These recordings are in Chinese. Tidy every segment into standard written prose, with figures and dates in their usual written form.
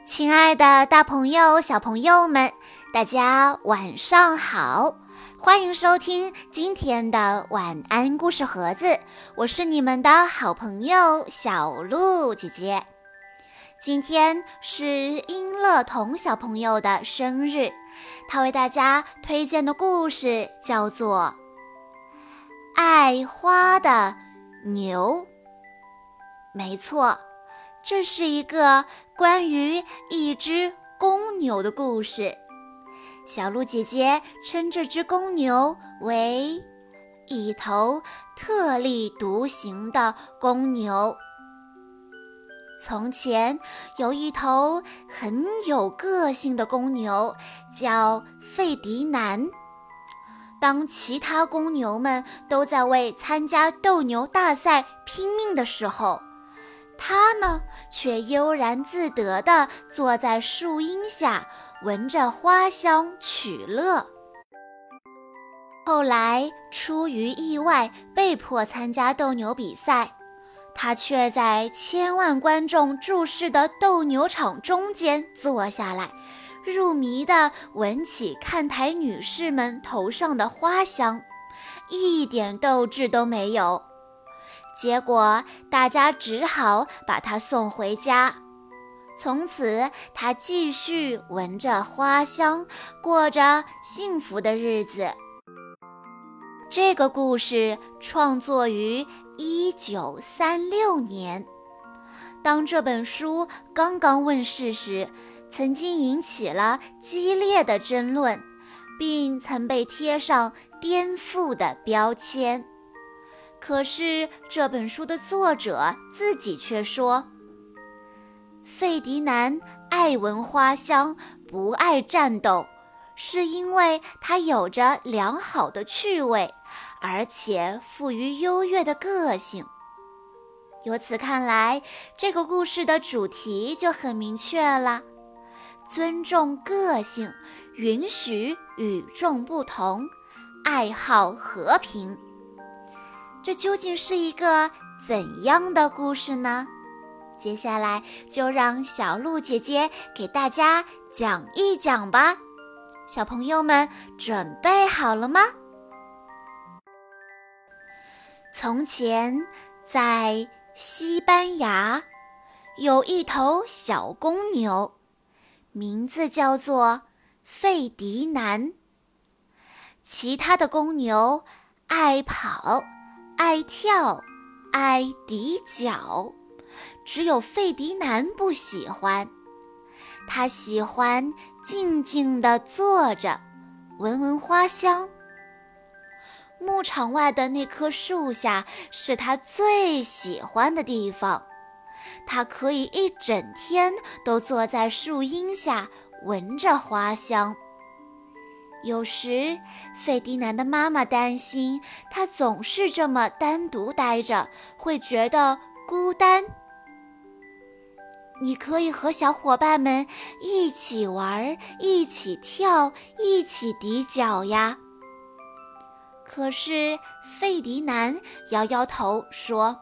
亲爱的大朋友、小朋友们，大家晚上好！欢迎收听今天的晚安故事盒子，我是你们的好朋友小鹿姐姐。今天是英乐彤小朋友的生日，他为大家推荐的故事叫做《爱花的牛》。没错，这是一个关于一只公牛的故事。小鹿姐姐称这只公牛为一头特立独行的公牛。从前有一头很有个性的公牛，叫费迪南。当其他公牛们都在为参加斗牛大赛拼命的时候，他呢，却悠然自得地坐在树荫下，闻着花香取乐。后来出于意外被迫参加斗牛比赛，他却在千万观众注视的斗牛场中间坐下来，入迷地闻起看台女士们头上的花香，一点斗志都没有。结果大家只好把他送回家。从此他继续闻着花香，过着幸福的日子。这个故事创作于1936年。当这本书刚刚问世时，曾经引起了激烈的争论，并曾被贴上颠覆的标签。可是这本书的作者自己却说，费迪南爱闻花香，不爱战斗，是因为他有着良好的趣味，而且富于优越的个性。由此看来，这个故事的主题就很明确了：尊重个性，允许与众不同，爱好和平。这究竟是一个怎样的故事呢？接下来就让小鹿姐姐给大家讲一讲吧。小朋友们准备好了吗？从前，在西班牙有一头小公牛，名字叫做费迪南。其他的公牛爱跑，爱跳，爱抵脚，只有费迪南不喜欢。他喜欢静静地坐着，闻闻花香。牧场外的那棵树下是他最喜欢的地方，他可以一整天都坐在树荫下，闻着花香。有时，费迪南的妈妈担心他总是这么单独待着，会觉得孤单。你可以和小伙伴们一起玩，一起跳，一起抵脚呀。可是费迪南摇摇头说，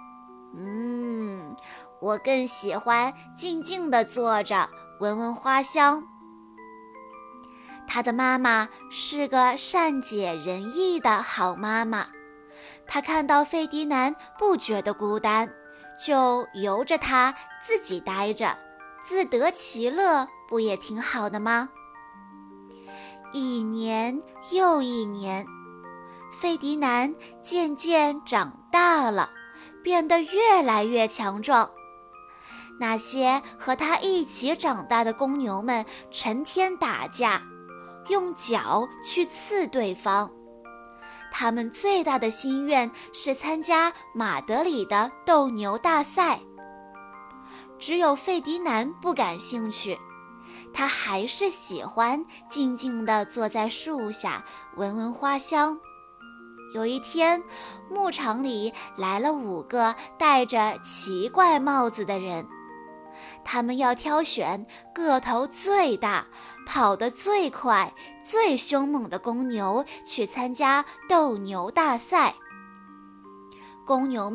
我更喜欢静静地坐着，闻闻花香。他的妈妈是个善解人意的好妈妈，她看到费迪南不觉得孤单，就由着他自己待着，自得其乐，不也挺好的吗？一年又一年，费迪南渐渐长大了，变得越来越强壮。那些和他一起长大的公牛们成天打架，用脚去刺对方。他们最大的心愿是参加马德里的斗牛大赛。只有费迪南不感兴趣，他还是喜欢静静地坐在树下，闻闻花香。有一天，牧场里来了5个戴着奇怪帽子的人，他们要挑选个头最大、跑得最快、最凶猛的公牛去参加斗牛大赛。公牛们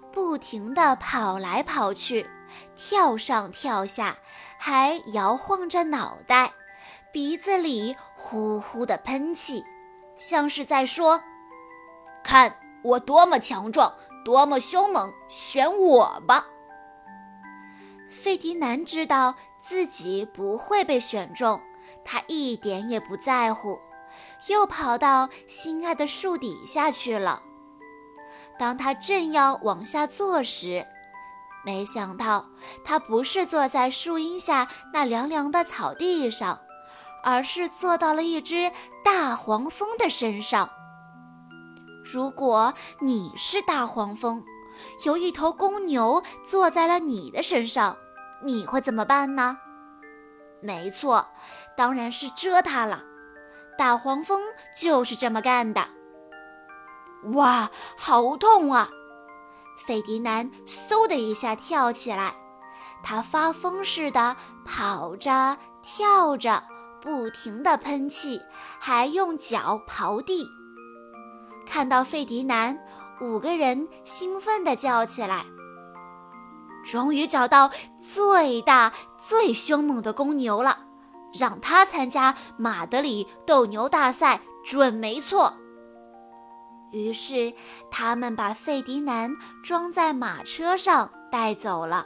不停地跑来跑去，跳上跳下，还摇晃着脑袋，鼻子里呼呼地喷气，像是在说：看我多么强壮，多么凶猛，选我吧。费迪南知道自己不会被选中，他一点也不在乎，又跑到心爱的树底下去了。当他正要往下坐时，没想到他不是坐在树荫下那凉凉的草地上，而是坐到了一只大黄蜂的身上。如果你是大黄蜂，有一头公牛坐在了你的身上，你会怎么办呢？没错，当然是蛰它了。大黄蜂就是这么干的。哇，好痛啊！费迪南嗖的一下跳起来，他发疯似的跑着跳着，不停地喷气，还用脚刨地。看到费迪南，5个人兴奋地叫起来：终于找到最大最凶猛的公牛了，让他参加马德里斗牛大赛准没错。于是他们把费迪南装在马车上带走了。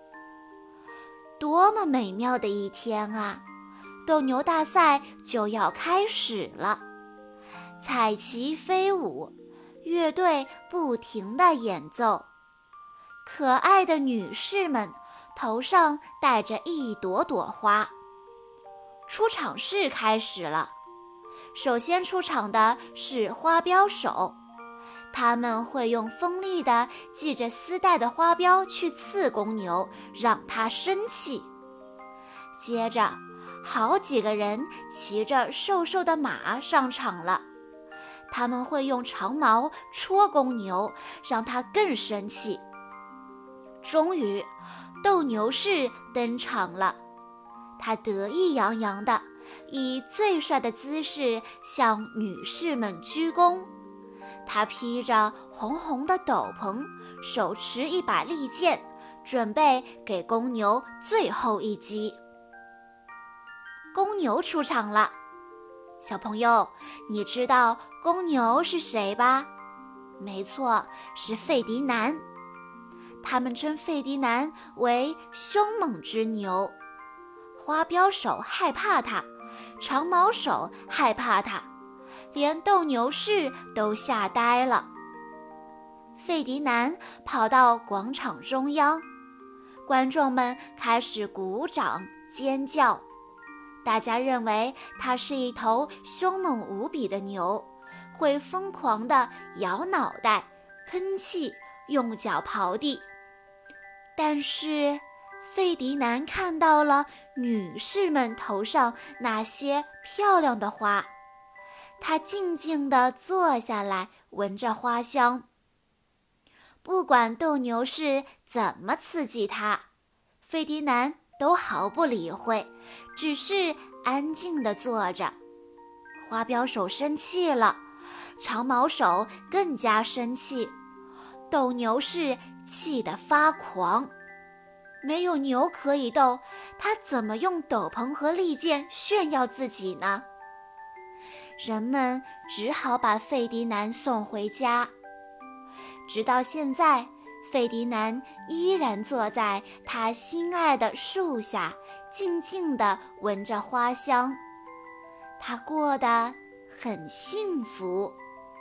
多么美妙的一天啊！斗牛大赛就要开始了，彩旗飞舞，乐队不停地演奏，可爱的女士们头上戴着一朵朵花。出场式开始了，首先出场的是花镖手，他们会用锋利的系着丝带的花镖去刺公牛，让它生气。接着好几个人骑着瘦瘦的马上场了，他们会用长矛戳公牛，让它更生气。终于斗牛士登场了，他得意洋洋地以最帅的姿势向女士们鞠躬。他披着红红的斗篷，手持一把利剑，准备给公牛最后一击。公牛出场了，小朋友，你知道公牛是谁吧？没错，是费迪南。他们称费迪南为凶猛之牛，花镖手害怕他，长矛手害怕他，连斗牛士都吓呆了。费迪南跑到广场中央，观众们开始鼓掌尖叫，大家认为他是一头凶猛无比的牛，会疯狂地摇脑袋、喷气、用脚刨地。但是费迪南看到了女士们头上那些漂亮的花，他静静地坐下来，闻着花香。不管斗牛士怎么刺激他，费迪南都毫不理会，只是安静地坐着。花镖手生气了，长矛手更加生气，斗牛士气得发狂。没有牛可以斗，他怎么用斗篷和利剑炫耀自己呢？人们只好把费迪南送回家。直到现在，费迪南依然坐在他心爱的树下，静静地闻着花香。他过得很幸福。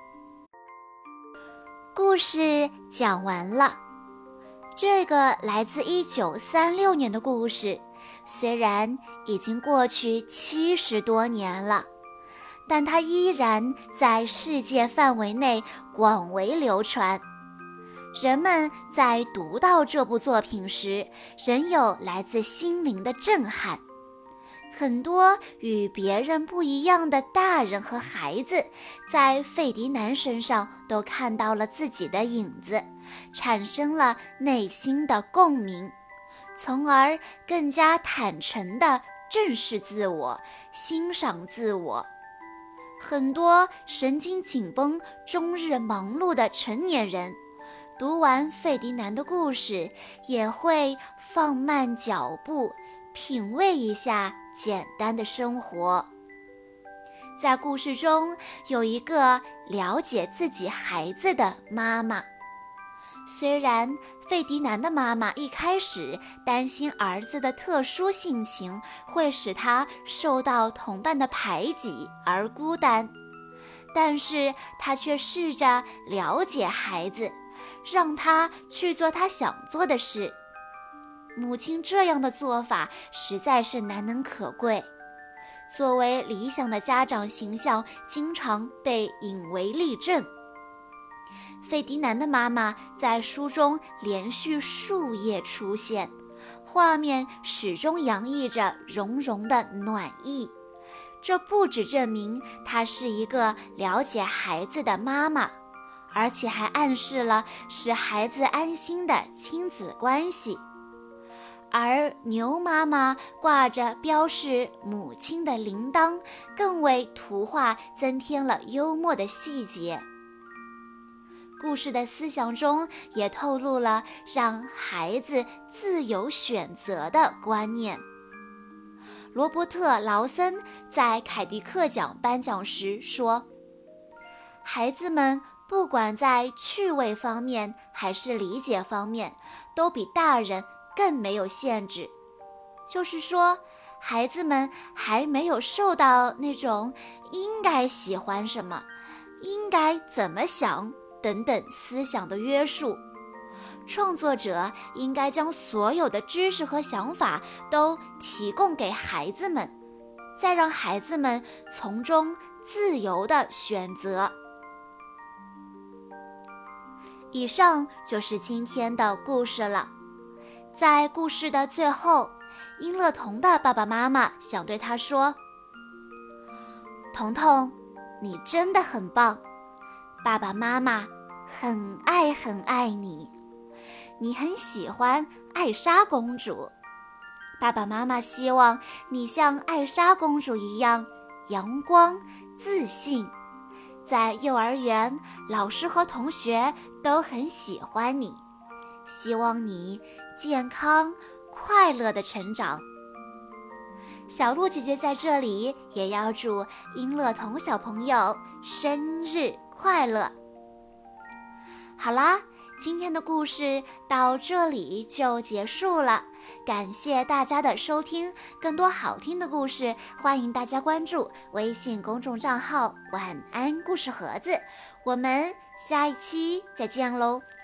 故事讲完了。这个来自1936年的故事，虽然已经过去70多年了，但它依然在世界范围内广为流传。人们在读到这部作品时，仍有来自心灵的震撼。很多与别人不一样的大人和孩子，在费迪南身上都看到了自己的影子，产生了内心的共鸣，从而更加坦诚地正视自我，欣赏自我。很多神经紧绷、终日忙碌的成年人， 读完费迪南的故事，也会放慢脚步，品味一下简单的生活。在故事中，有一个了解自己孩子的妈妈。虽然费迪南的妈妈一开始担心儿子的特殊性情会使他受到同伴的排挤而孤单，但是她却试着了解孩子，让他去做他想做的事。母亲这样的做法实在是难能可贵。作为理想的家长形象，经常被引为例证。费迪南的妈妈在书中连续数页出现，画面始终洋溢着融融的暖意。这不只证明她是一个了解孩子的妈妈，而且还暗示了使孩子安心的亲子关系。而牛妈妈挂着标示母亲的铃铛，更为图画增添了幽默的细节。故事的思想中也透露了让孩子自由选择的观念。罗伯特·劳森在凯迪克奖颁奖时说，孩子们不管在趣味方面还是理解方面，都比大人更没有限制。就是说，孩子们还没有受到那种应该喜欢什么、应该怎么想等等思想的约束。创作者应该将所有的知识和想法都提供给孩子们，再让孩子们从中自由地选择。以上就是今天的故事了。在故事的最后，英乐童的爸爸妈妈想对他说，童童，你真的很棒，爸爸妈妈很爱你。你很喜欢艾莎公主，爸爸妈妈希望你像艾莎公主一样阳光自信。在幼儿园，老师和同学都很喜欢你，希望你健康快乐地成长。小鹿姐姐在这里也要祝英乐童小朋友生日快乐。好啦，今天的故事到这里就结束了，感谢大家的收听。更多好听的故事，欢迎大家关注微信公众账号晚安故事盒子。我们下一期再见喽。